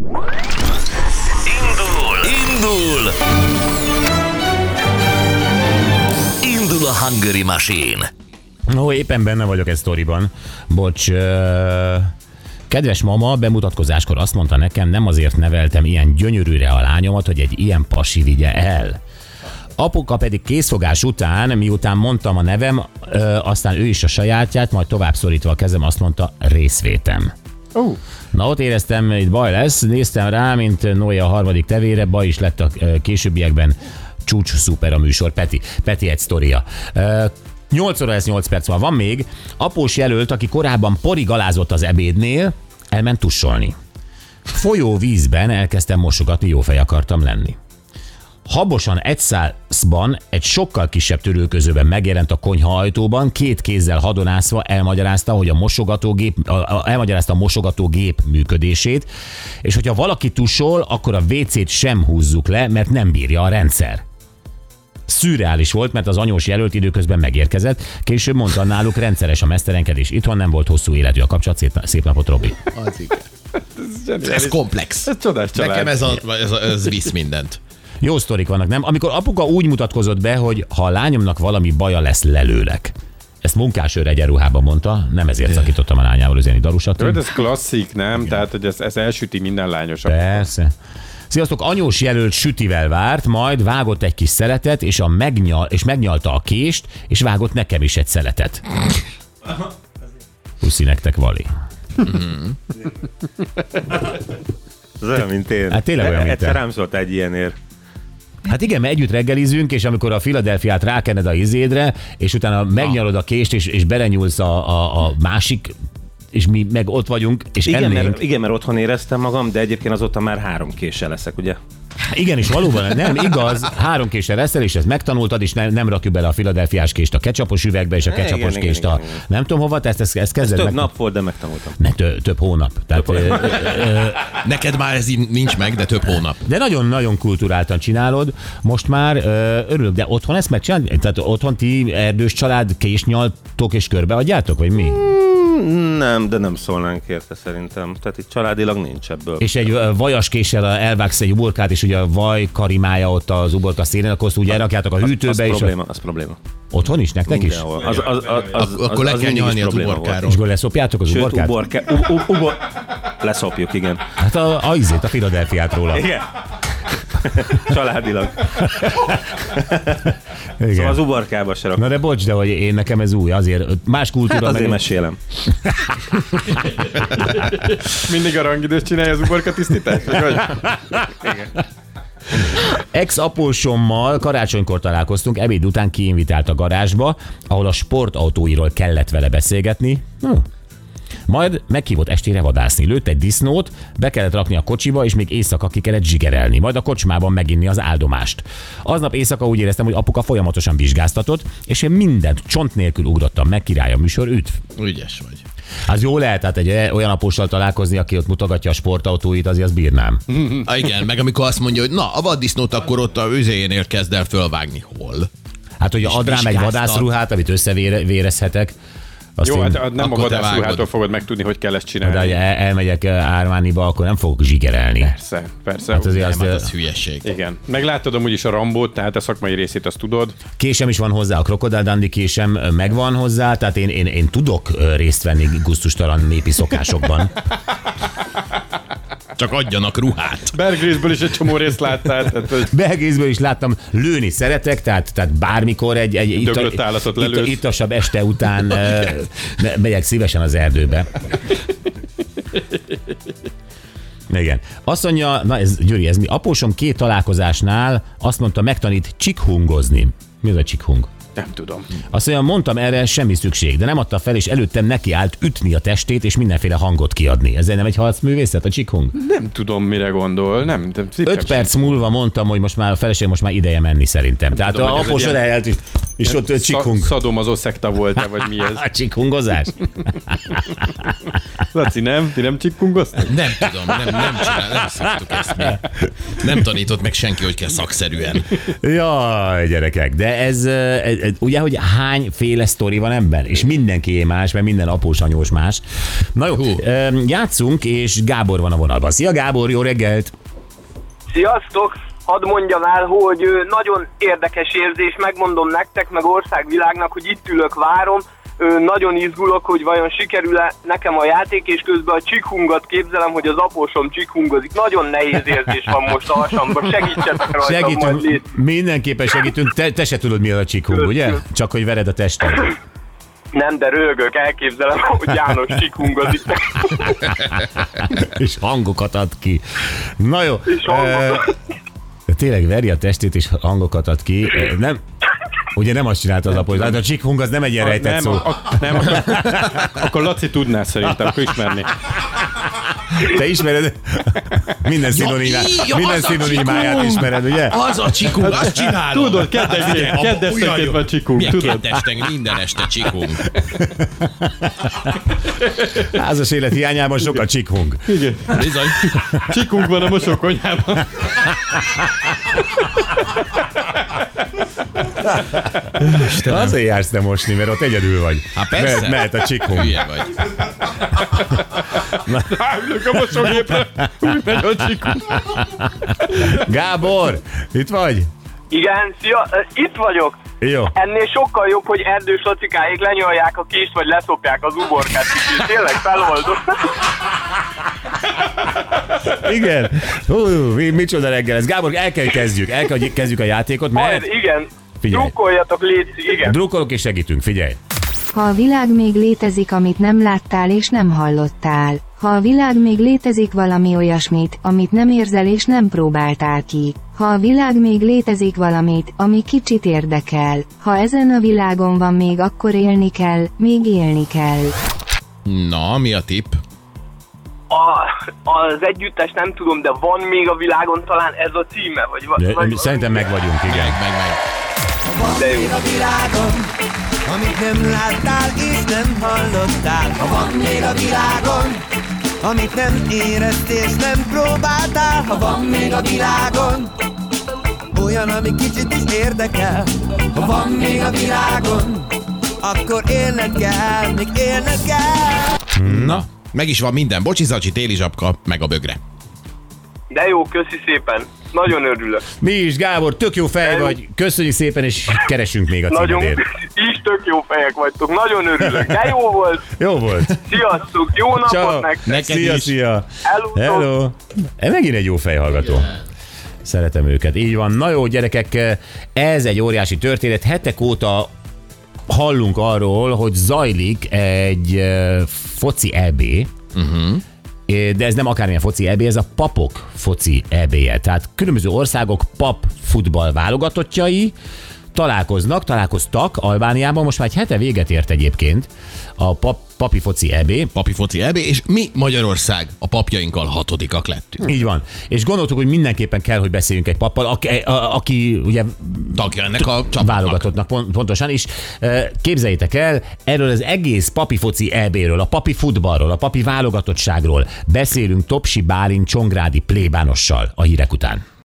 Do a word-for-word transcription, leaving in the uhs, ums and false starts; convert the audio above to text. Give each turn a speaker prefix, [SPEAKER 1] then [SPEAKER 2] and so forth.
[SPEAKER 1] Indul! Indul! Indul a Hungary Machine.
[SPEAKER 2] No, éppen benne vagyok egy sztoriban. Bocs, kedves mama bemutatkozáskor azt mondta nekem, nem azért neveltem ilyen gyönyörűre a lányomat, hogy egy ilyen pasi vigye el. Apuka pedig készfogás után, miután mondtam a nevem, aztán ő is a sajátját, majd tovább szorítva a kezem azt mondta, részvétem. Uh. Na, ott éreztem, itt baj lesz, néztem rá, mint Noé a harmadik tevére, baj is lett a későbbiekben. Csúcs szuper a műsor. Peti, Peti egy sztoria. nyolc óra lesz nyolc perc van. Van még. Após jelölt, aki korábban porig alázott az ebédnél, elment tussolni. Folyó vízben elkezdtem mosogatni, jó fej akartam lenni. Habosan egy százban egy sokkal kisebb törülközőben megjelent a konyha ajtóban, két kézzel hadonászva elmagyarázta, hogy a mosogatógép, elmagyarázta a mosogatógép működését, és hogyha valaki tussol, akkor a vécét sem húzzuk le, mert nem bírja a rendszer. Szürreális volt, mert az anyós jelölt időközben megérkezett, később mondta, náluk rendszeres a mesztelenkedés, itthon nem volt hosszú életű a kapcsolat, szép, szép napot, Robi.
[SPEAKER 3] Az igen. Ez, ez komplex.
[SPEAKER 4] Ez csodás család.
[SPEAKER 3] Nekem ez, a, ez, a, ez visz mindent.
[SPEAKER 2] Jó sztorik vannak, nem? Amikor apuka úgy mutatkozott be, hogy ha a lányomnak valami baja lesz, lelőlek. Ezt munkásőr egyenruhában mondta, nem ezért szakítottam a lányával üzeni darusat.
[SPEAKER 4] Ez klasszik, nem? Igen. Tehát, hogy ez, ez elsüti minden lányos.
[SPEAKER 2] Persze. Sziasztok, anyós jelölt sütivel várt, majd vágott egy kis szeletet, és, a megnyal, és megnyalta a kést, és vágott nekem is egy szeletet. Puszi nektek, Vali.
[SPEAKER 5] Ez olyan, mint én.
[SPEAKER 2] Hát tényleg olyan, mint
[SPEAKER 5] Egyszer rám szólt egy ilyenért.
[SPEAKER 2] Hát igen, mert együtt reggelizünk, és amikor a Philadelphiát rákened a izédre, és utána megnyalod a kést, és, és belenyúlsz a, a, a másik, és mi meg ott vagyunk, és
[SPEAKER 5] igen,
[SPEAKER 2] ennénk.
[SPEAKER 5] mert, igen, mert otthon éreztem magam, de egyébként azóta már három késsel leszek, ugye?
[SPEAKER 2] Igen, és valóban nem igaz, három késsel eszel, és ezt megtanultad, és nem, nem rakjuk bele a Philadelphiás kést a ketchupos üvegbe, és a ketchupos
[SPEAKER 5] igen,
[SPEAKER 2] kést
[SPEAKER 5] igen,
[SPEAKER 2] a...
[SPEAKER 5] igen, igen.
[SPEAKER 2] Nem tudom hova, ezt, ezt, ezt kezded
[SPEAKER 5] Ez több
[SPEAKER 2] meg...
[SPEAKER 5] nap volt, de megtanultam.
[SPEAKER 2] Ne, tö, több hónap. Tehát,
[SPEAKER 5] Több
[SPEAKER 2] ö, ö, ö,
[SPEAKER 3] Neked már ez így nincs meg, de több hónap.
[SPEAKER 2] de nagyon-nagyon kulturáltan csinálod. Most már ö, örülök, de otthon ezt megcsinálod? Tehát otthon ti erdős család késnyaltok és körbeadjátok, vagy mi?
[SPEAKER 5] Nem, de nem szólnánk érte szerintem. Tehát itt családilag nincs ebből.
[SPEAKER 2] És egy ö, vajas késsel elvágsz egy uborkát, és ugye a vaj karimája ott az uborka szélén, akkor azt úgy elrakjátok a hűtőbe.
[SPEAKER 5] Az, az
[SPEAKER 2] és
[SPEAKER 5] probléma,
[SPEAKER 2] a...
[SPEAKER 5] az probléma.
[SPEAKER 2] Otthon is, nektek is?
[SPEAKER 5] Mindenhol. Az, az, az, az, az,
[SPEAKER 3] Akkor le
[SPEAKER 5] az
[SPEAKER 3] kell
[SPEAKER 5] mindig is
[SPEAKER 3] nyalni az
[SPEAKER 5] probléma
[SPEAKER 3] uborkáról.
[SPEAKER 5] volt.
[SPEAKER 2] És akkor leszopjátok az
[SPEAKER 5] Sőt,
[SPEAKER 2] uborkát?
[SPEAKER 5] uborka, u, u, ubor... Leszopjuk, igen.
[SPEAKER 2] Hát a, a izét, a Philadelphiát róla.
[SPEAKER 5] Igen. Családilag.
[SPEAKER 2] Igen.
[SPEAKER 5] Szóval az uborkába se rak.
[SPEAKER 2] Na de bocs, de hogy én nekem ez új, azért más kultúra.
[SPEAKER 5] Hát azért
[SPEAKER 2] meg...
[SPEAKER 5] mesélem.
[SPEAKER 4] Mindig a rangidős csinálja az uborka tisztítást?
[SPEAKER 2] Ex-apósommal karácsonykor találkoztunk, ebéd után kiinvitált a garázsba, ahol a sportautóiról kellett vele beszélgetni. Hm. Majd meghívott estére vadászni. Lőtt egy disznót, be kellett rakni a kocsiba, és még éjszaka ki kellett zsigerelni, majd a kocsmában meginni az áldomást. Aznap éjszaka úgy éreztem, hogy apuka folyamatosan vizsgáztatott, és én mindent csont nélkül ugrottam meg, király a műsor, üdv.
[SPEAKER 3] Ügyes vagy.
[SPEAKER 2] Az jó lehet, hát egy olyan apóssal találkozni, aki ott mutogatja a sportautóit, azért azt bírnám.
[SPEAKER 3] Ah, igen, meg amikor azt mondja, hogy na, a vaddisznót akkor ott a üzéjénél kezd el fölvágni. Hol?
[SPEAKER 2] Hát, hogy ad rám egy
[SPEAKER 3] vizsgáztat.
[SPEAKER 2] vadászruhát, amit összevérezhetek. Azt
[SPEAKER 4] Jó,
[SPEAKER 2] én...
[SPEAKER 4] hát nem a
[SPEAKER 3] Akkor te
[SPEAKER 4] vadászruhától
[SPEAKER 3] vágod.
[SPEAKER 4] fogod megtudni, hogy kell ezt
[SPEAKER 2] De
[SPEAKER 4] csinálni.
[SPEAKER 2] ha el, elmegyek Ármániba, akkor nem fogok zsigerelni.
[SPEAKER 4] Persze, persze.
[SPEAKER 2] Hát azért
[SPEAKER 3] Nem,
[SPEAKER 2] azt,
[SPEAKER 3] hát az hülyeség.
[SPEAKER 4] Igen. Megláttad amúgy is a Rambót, tehát a szakmai részét azt tudod.
[SPEAKER 2] késem is van hozzá, a Crocodile Dundee késem megvan hozzá, tehát én, én, én tudok részt venni gusztustalan népi szokásokban.
[SPEAKER 3] Csak adjanak ruhát.
[SPEAKER 4] Bear Grylls-ből is egy csomó részt láttál. Tehát, hogy
[SPEAKER 2] Belgészből is láttam, lőni szeretek, tehát, tehát bármikor egy, egy
[SPEAKER 4] Döglött állatot
[SPEAKER 2] itta,
[SPEAKER 4] lelősz.
[SPEAKER 2] ittasabb este után uh, megyek szívesen az erdőbe. Igen. Azt mondja, na ez Gyuri, ez mi? Apósom két találkozásnál azt mondta, megtanít csikhungozni. Mi az a csikhung?
[SPEAKER 4] nem tudom.
[SPEAKER 2] Azt mondja, mondtam erre, semmi szükség, de nem adta fel, és előttem neki állt ütni a testét, és mindenféle hangot kiadni. Ez nem egy harcművészet, a csikhung?
[SPEAKER 4] Nem tudom, mire gondol. Nem, nem
[SPEAKER 2] Öt perc múlva mondtam, hogy most már a feleség most már ideje menni szerintem. Tehát
[SPEAKER 4] tudom,
[SPEAKER 2] a
[SPEAKER 4] hogy ez
[SPEAKER 2] após
[SPEAKER 4] egy ilyen-
[SPEAKER 2] elelt, és És ott ö, csikhung.
[SPEAKER 4] Szadomazó szekta volt-e, vagy mi ez?
[SPEAKER 2] A csikhungozás?
[SPEAKER 4] Laci, nem? Ti nem csikhungoztak?
[SPEAKER 3] Nem tudom, nem, nem csinál, nem szoktuk ezt mi. Nem tanított meg senki, hogy kell szakszerűen.
[SPEAKER 2] Jaj, gyerekek, de ez, ez, ez ugye, hogy hányféle sztori van ebben? És mindenki más, mert minden após anyós más. Na jó,
[SPEAKER 3] Hú.
[SPEAKER 2] játszunk, és Gábor van a vonalban. Szia Gábor, jó reggelt!
[SPEAKER 6] Sziasztok! Hadd mondjam el, hogy ö, nagyon érdekes érzés, megmondom nektek, meg országvilágnak, hogy itt ülök, várom, ö, nagyon izgulok, hogy vajon sikerül-e nekem a játék, és közben a csikhungat képzelem, hogy az apósom csikhungozik. Nagyon nehéz érzés van most a hasamban, segítsetek rajtam, majd
[SPEAKER 2] Segítünk,
[SPEAKER 6] légy.
[SPEAKER 2] mindenképpen segítünk. Te, te se tudod, mi az a csikhung, ugye? Csak hogy vered a tested.
[SPEAKER 6] Nem, de röhögök, elképzelem, hogy János csikhungozik.
[SPEAKER 2] És hangokat ad ki. Na jó.
[SPEAKER 6] És hangokat.
[SPEAKER 2] De tényleg veri a testét és hangokat ad ki. Nem, ugye nem azt csinálta az apó. Hát a csikhung az nem egy ilyen rejtett
[SPEAKER 4] Nem,
[SPEAKER 2] szó.
[SPEAKER 4] a, nem akkor, akkor Laci tudná szerintem, akkor ismerni.
[SPEAKER 2] Te ismered minden szinonimát,
[SPEAKER 3] így, ja,
[SPEAKER 2] minden
[SPEAKER 3] az a
[SPEAKER 2] szinonimáját
[SPEAKER 3] csikhung.
[SPEAKER 2] ismered, ugye?
[SPEAKER 3] Az a csikung, azt csinálom.
[SPEAKER 4] Tudod, keddenként,
[SPEAKER 3] Apa,
[SPEAKER 4] keddenként
[SPEAKER 3] olyan jó.
[SPEAKER 4] van csikung,
[SPEAKER 3] Milyen
[SPEAKER 4] tudod?
[SPEAKER 3] keddesten, minden este csikung.
[SPEAKER 2] Házas élet hiányában sok a csikhung.
[SPEAKER 4] Igen.
[SPEAKER 3] Bizony.
[SPEAKER 4] Csikunk van a mosókonyhában.
[SPEAKER 2] Azért jársz te mosni, mert ott egyedül vagy.
[SPEAKER 3] Hát persze.
[SPEAKER 2] Mehet, mehet a csikhung.
[SPEAKER 3] Hülye vagy.
[SPEAKER 4] Ráülök a mosógépre, úgy megy a csikunk.
[SPEAKER 2] Gábor, itt vagy?
[SPEAKER 6] Igen, szia, ö, itt vagyok.
[SPEAKER 2] Jó.
[SPEAKER 6] Ennél sokkal jobb, hogy erdős lacikáig lenyalják a kést, vagy leszopják az uborkát, és tényleg feloldott.
[SPEAKER 2] Igen. Hú, mi, micsoda reggel ez. Gábor, el kell, hogy kezdjük. El kell, hogy kezdjük a játékot,
[SPEAKER 6] Majd
[SPEAKER 2] mert
[SPEAKER 6] igen,
[SPEAKER 2] Figyelj.
[SPEAKER 6] drukkoljatok, létszik, igen.
[SPEAKER 2] drukkolok és segítünk, figyelj.
[SPEAKER 7] Ha a világ még létezik, amit nem láttál és nem hallottál. Ha a világ még létezik, valami olyasmit, amit nem érzel és nem próbáltál ki. Ha a világ még létezik, valamit, ami kicsit érdekel. Ha ezen a világon van még, akkor élni kell, még élni kell.
[SPEAKER 3] Na, mi a tipp?
[SPEAKER 6] A, az együttes nem tudom, de van még a világon, talán ez a címe, vagy, va-
[SPEAKER 2] De,
[SPEAKER 6] vagy
[SPEAKER 2] szerintem meg vagyunk, igen.
[SPEAKER 3] Meg, meg, meg.
[SPEAKER 6] de jó.
[SPEAKER 8] a világon, amit nem láttál és nem hallottál. Ha van még a világon, amit nem éreztél és nem próbáltál. Ha van még a világon, olyan, ami kicsit is érdekel. Ha van még a világon, akkor élned kell, még élned kell.
[SPEAKER 3] Na, meg is van minden. Bocsi, zacsi, téli zsapka, meg a bögre.
[SPEAKER 6] De jó, köszi szépen. Nagyon örülök.
[SPEAKER 2] Mi is, Gábor, tök jó fej vagy. Köszönjük szépen, és keresünk még a
[SPEAKER 6] Nagyon,
[SPEAKER 2] címedért.
[SPEAKER 6] is tök jó fejek vagytok. Nagyon örülök. De jó volt.
[SPEAKER 2] Jó volt.
[SPEAKER 6] Sziasztok, jó napot
[SPEAKER 2] Ciao.
[SPEAKER 6] nektek.
[SPEAKER 3] Neked
[SPEAKER 2] Szia,
[SPEAKER 3] is.
[SPEAKER 2] szia.
[SPEAKER 6] Hello.
[SPEAKER 2] Hello. Ez megint egy jó fejhallgató. Szeretem őket. Így van. Na jó, gyerekek, ez egy óriási történet. Hetek óta hallunk arról, hogy zajlik egy eh, foci é bé, uh-huh. de ez nem akármilyen foci é bé, ez a papok foci é bé-je. Tehát különböző országok pap futball válogatottjai találkoznak, találkoztak Albániában, most már egy hete véget ért egyébként a pap, papi foci é bé.
[SPEAKER 3] Papi foci é bé, és mi Magyarország a papjainkkal hatodikak lettünk.
[SPEAKER 2] Így van. És gondoltuk, hogy mindenképpen kell, hogy beszéljünk egy pappal, aki, a, aki ugye
[SPEAKER 3] Tagja ennek a csapatnak.
[SPEAKER 2] válogatottnak pont, pontosan is. E, Képzeljétek el, erről az egész papi foci é béről, a papi futballról, a papi válogatottságról beszélünk Topsi Bálint Csongrádi plébánossal a hírek után.